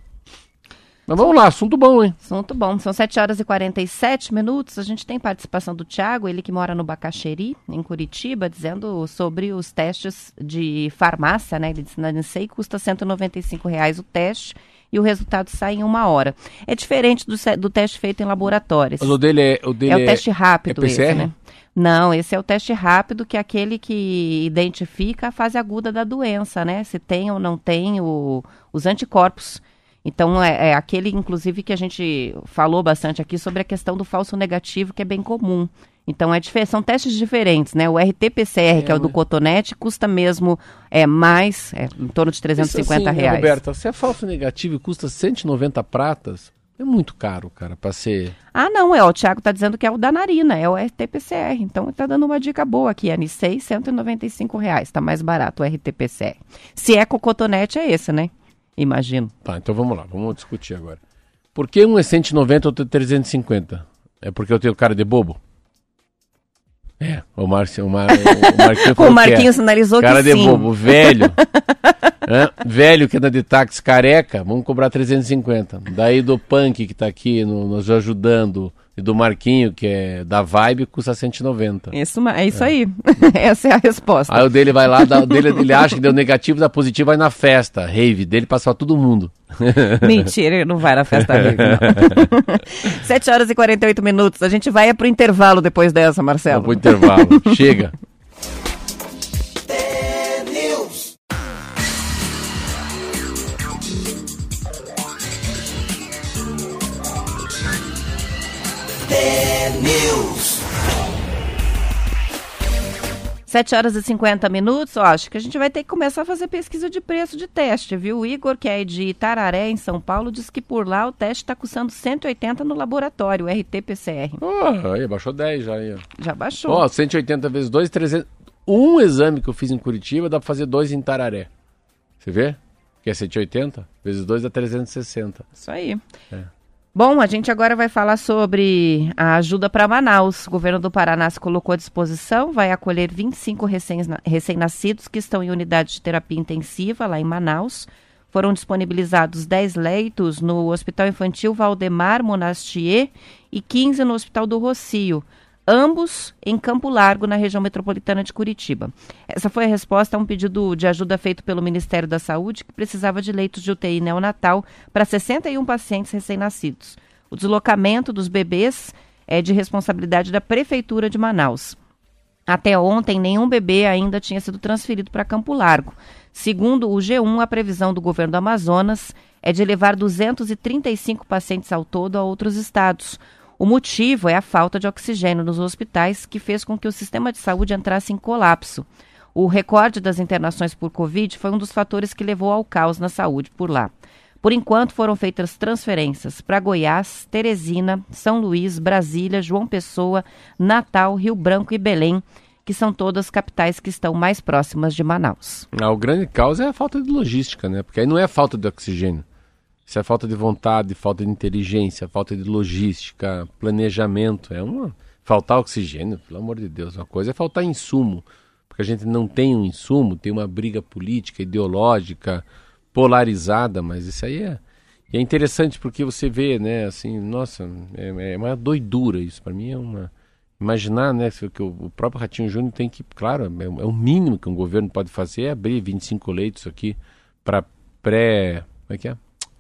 Mas vamos lá, assunto bom, hein? Assunto bom. São sete horas e quarenta e sete minutos. A gente tem participação do Thiago, ele que mora no Bacaxeri, em Curitiba, dizendo sobre os testes de farmácia, né? Ele disse, não sei, custa cento e noventa e cinco reais o teste e o resultado sai em uma hora. É diferente do, do teste feito em laboratórios. Mas o dele é... O, dele é o teste rápido, é P C R? esse, né? Não, esse é o teste rápido, que é aquele que identifica a fase aguda da doença, né? Se tem ou não tem o, os anticorpos. Então, é, é aquele, inclusive, que a gente falou bastante aqui sobre a questão do falso negativo, que é bem comum. Então, é dif- são testes diferentes, né? O R T P C R, é, que é o do Cotonete, custa mesmo é, mais, é, em torno de trezentos e cinquenta assim, reais. Roberta, se é falso negativo e custa cento e noventa pratas, é muito caro, cara, para ser... Ah, não, é, o Thiago está dizendo que é o da narina, é o R T P C R. Então, ele está dando uma dica boa aqui, Anicei, cento e noventa e cinco reais, está mais barato o R T P C R. Se é com o Cotonete, é esse, né? Imagino. Tá, então vamos lá, vamos discutir agora. Por que um é cento e noventa e outro é trezentos e cinquenta? É porque eu tenho cara de bobo? É, o, Marcio, o, Mar, o Marquinhos falou o Marquinhos que é. sinalizou cara que sim. Cara de bobo, velho. É, velho que anda de táxi careca, vamos cobrar trezentos e cinquenta. Daí do Punk, que tá aqui no, nos ajudando, e do Marquinho, que é da Vibe, custa cento e noventa. Isso, ma- é isso aí. Essa é a resposta. Aí o dele vai lá, dá, o dele, ele acha que deu negativo, dá positivo, vai na festa, rave, dele passa pra todo mundo. Mentira, ele não vai na festa rave, não. sete horas e quarenta e oito minutos. A gente vai é pro intervalo depois dessa, Marcelo. Vamos pro intervalo. Chega. sete horas e cinquenta minutos, ó, acho que a gente vai ter que começar a fazer pesquisa de preço de teste, viu? O Igor, que é de Itararé, em São Paulo, diz que por lá o teste está custando cento e oitenta no laboratório, o R T P C R. Oh, aí, baixou dez já aí. Já baixou. Ó, cento e oitenta vezes dois, trezentos. Um exame que eu fiz em Curitiba dá pra fazer dois em Tararé. Você vê? Que é cento e oitenta vezes dois dá trezentos e sessenta. Isso aí. É. Bom, a gente agora vai falar sobre a ajuda para Manaus. O governo do Paraná se colocou à disposição, vai acolher vinte e cinco recém- recém-nascidos que estão em unidade de terapia intensiva lá em Manaus. Foram disponibilizados dez leitos no Hospital Infantil Valdemar Monastier e quinze no Hospital do Rocio, ambos em Campo Largo, na região metropolitana de Curitiba. Essa foi a resposta a um pedido de ajuda feito pelo Ministério da Saúde, que precisava de leitos de U T I neonatal para sessenta e um pacientes recém-nascidos. O deslocamento dos bebês é de responsabilidade da Prefeitura de Manaus. Até ontem, nenhum bebê ainda tinha sido transferido para Campo Largo. Segundo o G um, a previsão do governo do Amazonas é de levar duzentos e trinta e cinco pacientes ao todo a outros estados. O motivo é a falta de oxigênio nos hospitais, que fez com que o sistema de saúde entrasse em colapso. O recorde das internações por Covid foi um dos fatores que levou ao caos na saúde por lá. Por enquanto, foram feitas transferências para Goiás, Teresina, São Luís, Brasília, João Pessoa, Natal, Rio Branco e Belém, que são todas capitais que estão mais próximas de Manaus. Ah, o grande caos é a falta de logística, né? Porque aí não é falta de oxigênio. Isso é falta de vontade, falta de inteligência, falta de logística, planejamento. É uma... Faltar oxigênio, pelo amor de Deus. Uma coisa é faltar insumo, porque a gente não tem um insumo, tem uma briga política, ideológica, polarizada, mas isso aí é... E é interessante porque você vê, né, assim, nossa, é, é uma doidura isso. Para mim é uma... Imaginar, né, que o, o próprio Ratinho Júnior tem que, claro, é, é o mínimo que um governo pode fazer, é abrir vinte e cinco leitos aqui para pré... Como é que é?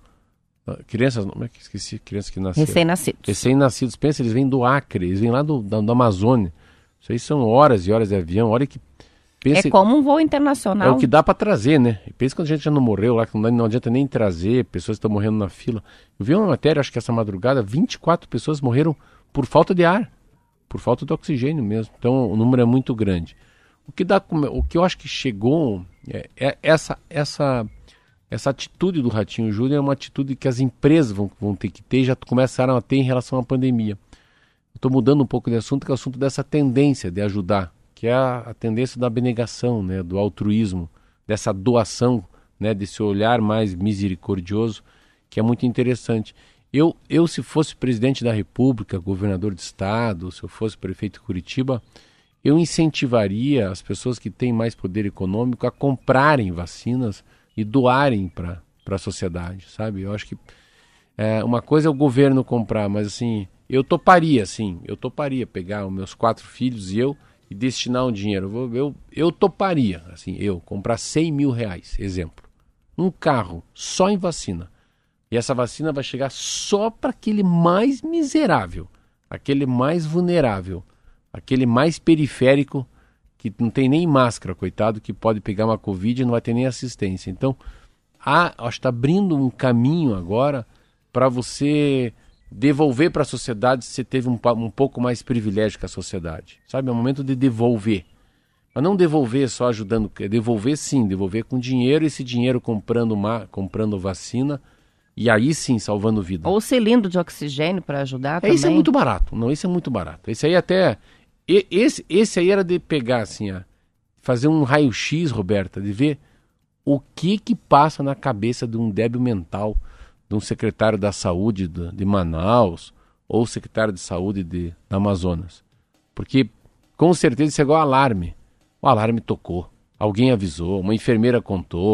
Crianças, não é que esqueci, crianças que nasceram. Recém-nascidos. Recém-nascidos, pensa, eles vêm do Acre, eles vêm lá do, da, da Amazônia. Isso aí são horas e horas de avião, olha que... Pensa, é como um voo internacional. É o que dá para trazer, né? Pensa quando a gente já não morreu lá, que não, não adianta nem trazer, pessoas estão morrendo na fila. Eu vi uma matéria, acho que essa madrugada, vinte e quatro pessoas morreram por falta de ar, por falta de oxigênio mesmo. Então o número é muito grande. O que, dá, o que eu acho que chegou, é, é essa... essa Essa atitude do Ratinho Júnior é uma atitude que as empresas vão, vão ter que ter, já começaram a ter em relação à pandemia. Estou mudando um pouco de assunto, que é o assunto dessa tendência de ajudar, que é a, a tendência da abnegação, né, do altruísmo, dessa doação, né, desse olhar mais misericordioso, que é muito interessante. Eu, eu, se fosse presidente da República, governador de estado, se eu fosse prefeito de Curitiba, eu incentivaria as pessoas que têm mais poder econômico a comprarem vacinas e doarem para a sociedade, sabe? Eu acho que é, uma coisa é o governo comprar, mas assim, eu toparia, sim, eu toparia pegar os meus quatro filhos e eu e destinar um dinheiro. Eu, vou, eu, eu toparia, assim, eu comprar cem mil reais, exemplo. Um carro só em vacina. E essa vacina vai chegar só para aquele mais miserável, aquele mais vulnerável, aquele mais periférico, que não tem nem máscara, coitado, que pode pegar uma Covid e não vai ter nem assistência. Então, há, acho que está abrindo um caminho agora para você devolver para a sociedade se você teve um, um pouco mais privilégio que a sociedade. Sabe, é o momento de devolver. Mas não devolver só ajudando, devolver sim, devolver com dinheiro, esse dinheiro comprando, uma, comprando vacina, e aí sim salvando vida. Ou cilindro de oxigênio para ajudar é, também. Isso é muito barato, não, isso é muito barato. Esse aí até... E, esse, esse aí era de pegar, assim, ó, fazer um raio-x, Roberta, de ver o que que passa na cabeça de um débil mental, de um secretário da saúde de, de Manaus, ou secretário de saúde de, da Amazonas. Porque, com certeza, isso é igual alarme. O alarme tocou, alguém avisou, uma enfermeira contou,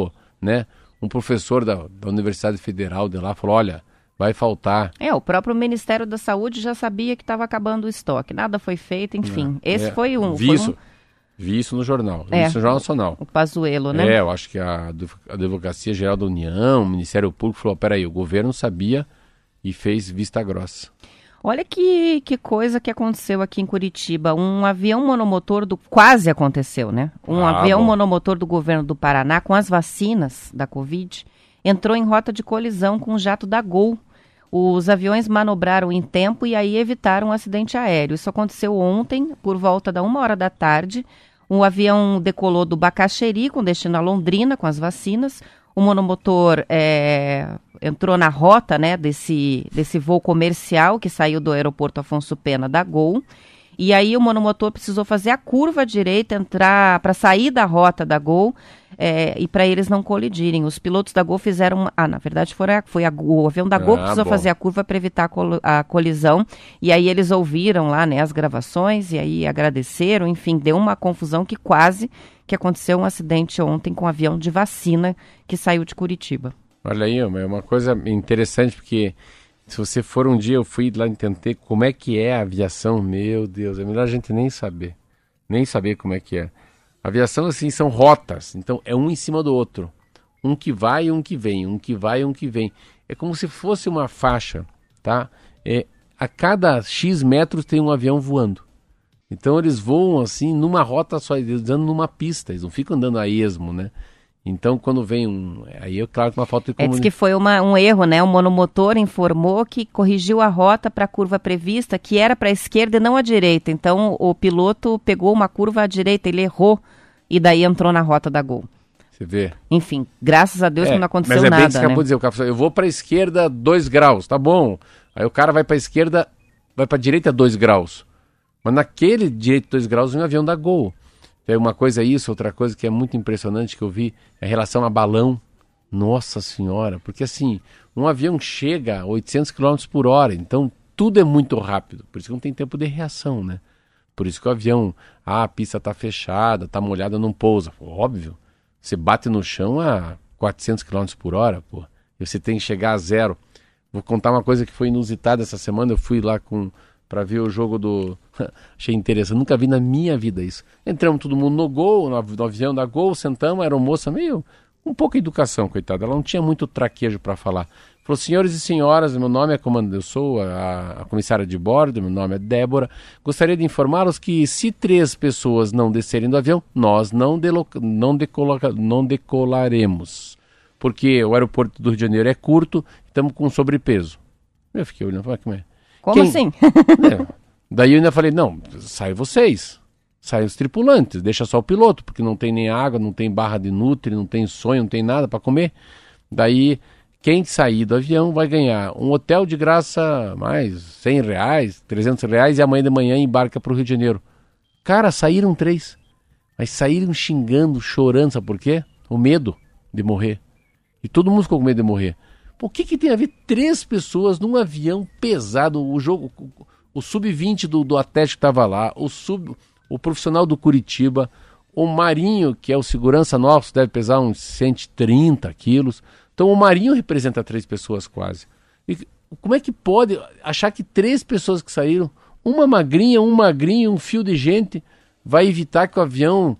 né? Um professor da, da Universidade Federal de lá falou, olha, vai faltar. É, o próprio Ministério da Saúde já sabia que estava acabando o estoque, nada foi feito, enfim. É, Esse é, foi um... Vi foi isso, um... vi isso no jornal, vi É, isso no Jornal Nacional. O Pazuello, né? É, eu acho que a, a Advocacia Geral da União, o Ministério Público falou, peraí, o governo sabia e fez vista grossa. Olha que, que coisa que aconteceu aqui em Curitiba. Um avião monomotor do... Quase aconteceu, né? Um Ah, avião bom. monomotor do governo do Paraná com as vacinas da Covid entrou em rota de colisão com um jato da Gol. Os aviões manobraram em tempo e aí evitaram um acidente aéreo. Isso aconteceu ontem, por volta da uma hora da tarde. O avião decolou do Bacaxeri com destino a Londrina com as vacinas. O monomotor é, entrou na rota, né, desse, desse voo comercial que saiu do aeroporto Afonso Pena da Gol. E aí o monomotor precisou fazer a curva à direita, entrar para sair da rota da Gol é, e para eles não colidirem. Os pilotos da Gol fizeram... Uma, ah, na verdade foi, a, foi a, o avião da Gol que Ah, precisou bom. fazer a curva para evitar a, col, a colisão. E aí eles ouviram lá, né, as gravações e aí agradeceram. Enfim, deu uma confusão que quase que aconteceu um acidente ontem com um avião de vacina que saiu de Curitiba. Olha aí, é uma coisa interessante, porque se você for um dia, eu fui lá e tentei como é que é a aviação, meu Deus, é melhor a gente nem saber, nem saber como é que é. A aviação, assim, são rotas, então é um em cima do outro, um que vai e um que vem, um que vai e um que vem. É como se fosse uma faixa, tá? É, a cada X metros tem um avião voando. Então eles voam assim numa rota só, eles andam numa pista, eles não ficam andando a esmo, né? Então quando vem um... Aí é claro que uma falta de É, diz comunicação. que foi uma, um erro, né? O monomotor informou que corrigiu a rota para a curva prevista, que era para a esquerda e não à direita. Então o piloto pegou uma curva à direita, ele errou e daí entrou na rota da Gol. Você vê. Enfim, graças a Deus É, que não aconteceu mas é bem nada, que você né? acabou de dizer, o cara falou, eu vou para a esquerda dois graus, tá bom. Aí o cara vai para a esquerda, vai para a direita dois graus. Mas naquele direito dois graus vem um avião da Gol. É uma coisa é isso, outra coisa que é muito impressionante que eu vi é em relação a balão. Nossa Senhora, porque assim, um avião chega a oitocentos quilômetros por hora, então tudo é muito rápido, por isso que não tem tempo de reação, né? Por isso que o avião, ah, a pista tá fechada, tá molhada, não pousa. Óbvio, você bate no chão a quatrocentos quilômetros por hora, pô, e você tem que chegar a zero. Vou contar uma coisa que foi inusitada essa semana, eu fui lá com... para ver o jogo do... Achei interessante, nunca vi na minha vida isso. Entramos todo mundo no Gol, no, no avião da Gol, sentamos, era uma moça meio... com pouca educação, coitada, ela não tinha muito traquejo para falar. Falou, senhores e senhoras, meu nome é comandante, eu sou a, a comissária de bordo, meu nome é Débora. Gostaria de informá-los que se três pessoas não descerem do avião, nós não, deloca, não, decoloca, não decolaremos. Porque o aeroporto do Rio de Janeiro é curto, estamos com sobrepeso. Eu fiquei olhando, falei, como é? Como Quem? assim? É. Daí eu ainda falei, não, sai vocês, saem os tripulantes, deixa só o piloto, porque não tem nem água, não tem barra de nutri, não tem sonho, não tem nada para comer. Daí, quem sair do avião vai ganhar um hotel de graça, mais cem reais, trezentos reais, e amanhã de manhã embarca para o Rio de Janeiro. Cara, saíram três, mas saíram xingando, chorando, sabe por quê? O medo de morrer. E todo mundo ficou com medo de morrer. Por que que tem a ver três pessoas num avião pesado, o jogo, o, o sub vinte do, do Atlético estava lá, o, sub, o profissional do Curitiba, o Marinho, que é o segurança nosso, deve pesar uns cento e trinta quilos. Então o Marinho representa três pessoas quase. E como é que pode achar que três pessoas que saíram, uma magrinha, um magrinho, um fio de gente, vai evitar que o avião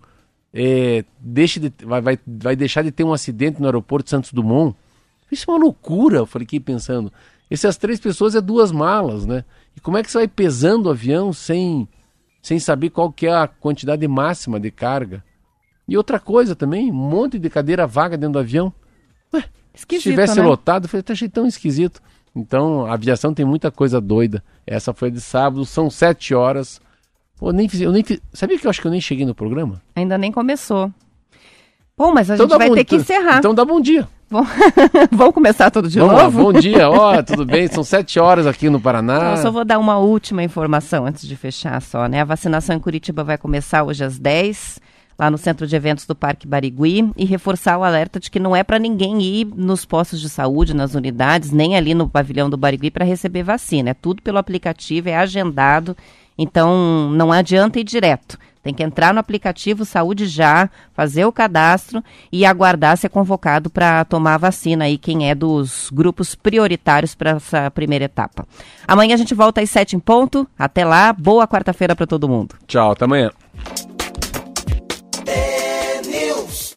é, deixe de, vai, vai, vai deixar de ter um acidente no aeroporto de Santos Dumont? Isso é uma loucura, eu falei aqui pensando. Essas três pessoas é duas malas, né? E como é que você vai pesando o avião sem, sem saber qual que é a quantidade máxima de carga? E outra coisa também, um monte de cadeira vaga dentro do avião. Ué, Esquisito, se tivesse né? lotado, eu falei, achei tão esquisito. Então, a aviação tem muita coisa doida. Essa foi de sábado, são sete horas. Pô, nem fiz, eu nem fiz, sabia que eu acho que eu nem cheguei no programa? Ainda nem começou. Bom, mas a Então gente dá vai bom- ter que encerrar. Então dá bom dia. Bom, vamos começar tudo de Vamos lá, novo? bom dia, ó, tudo bem? São sete horas aqui no Paraná. Eu só vou dar uma última informação antes de fechar só, né? A vacinação em Curitiba vai começar hoje às dez, lá no Centro de Eventos do Parque Barigui, e reforçar o alerta de que não é para ninguém ir nos postos de saúde, nas unidades, nem ali no pavilhão do Barigui para receber vacina. É tudo pelo aplicativo, é agendado Então, não adianta ir direto. Tem que entrar no aplicativo Saúde Já, fazer o cadastro e aguardar ser convocado para tomar a vacina aí, quem é dos grupos prioritários para essa primeira etapa. Amanhã a gente volta às sete em ponto. Até lá, boa quarta-feira para todo mundo. Tchau, até amanhã.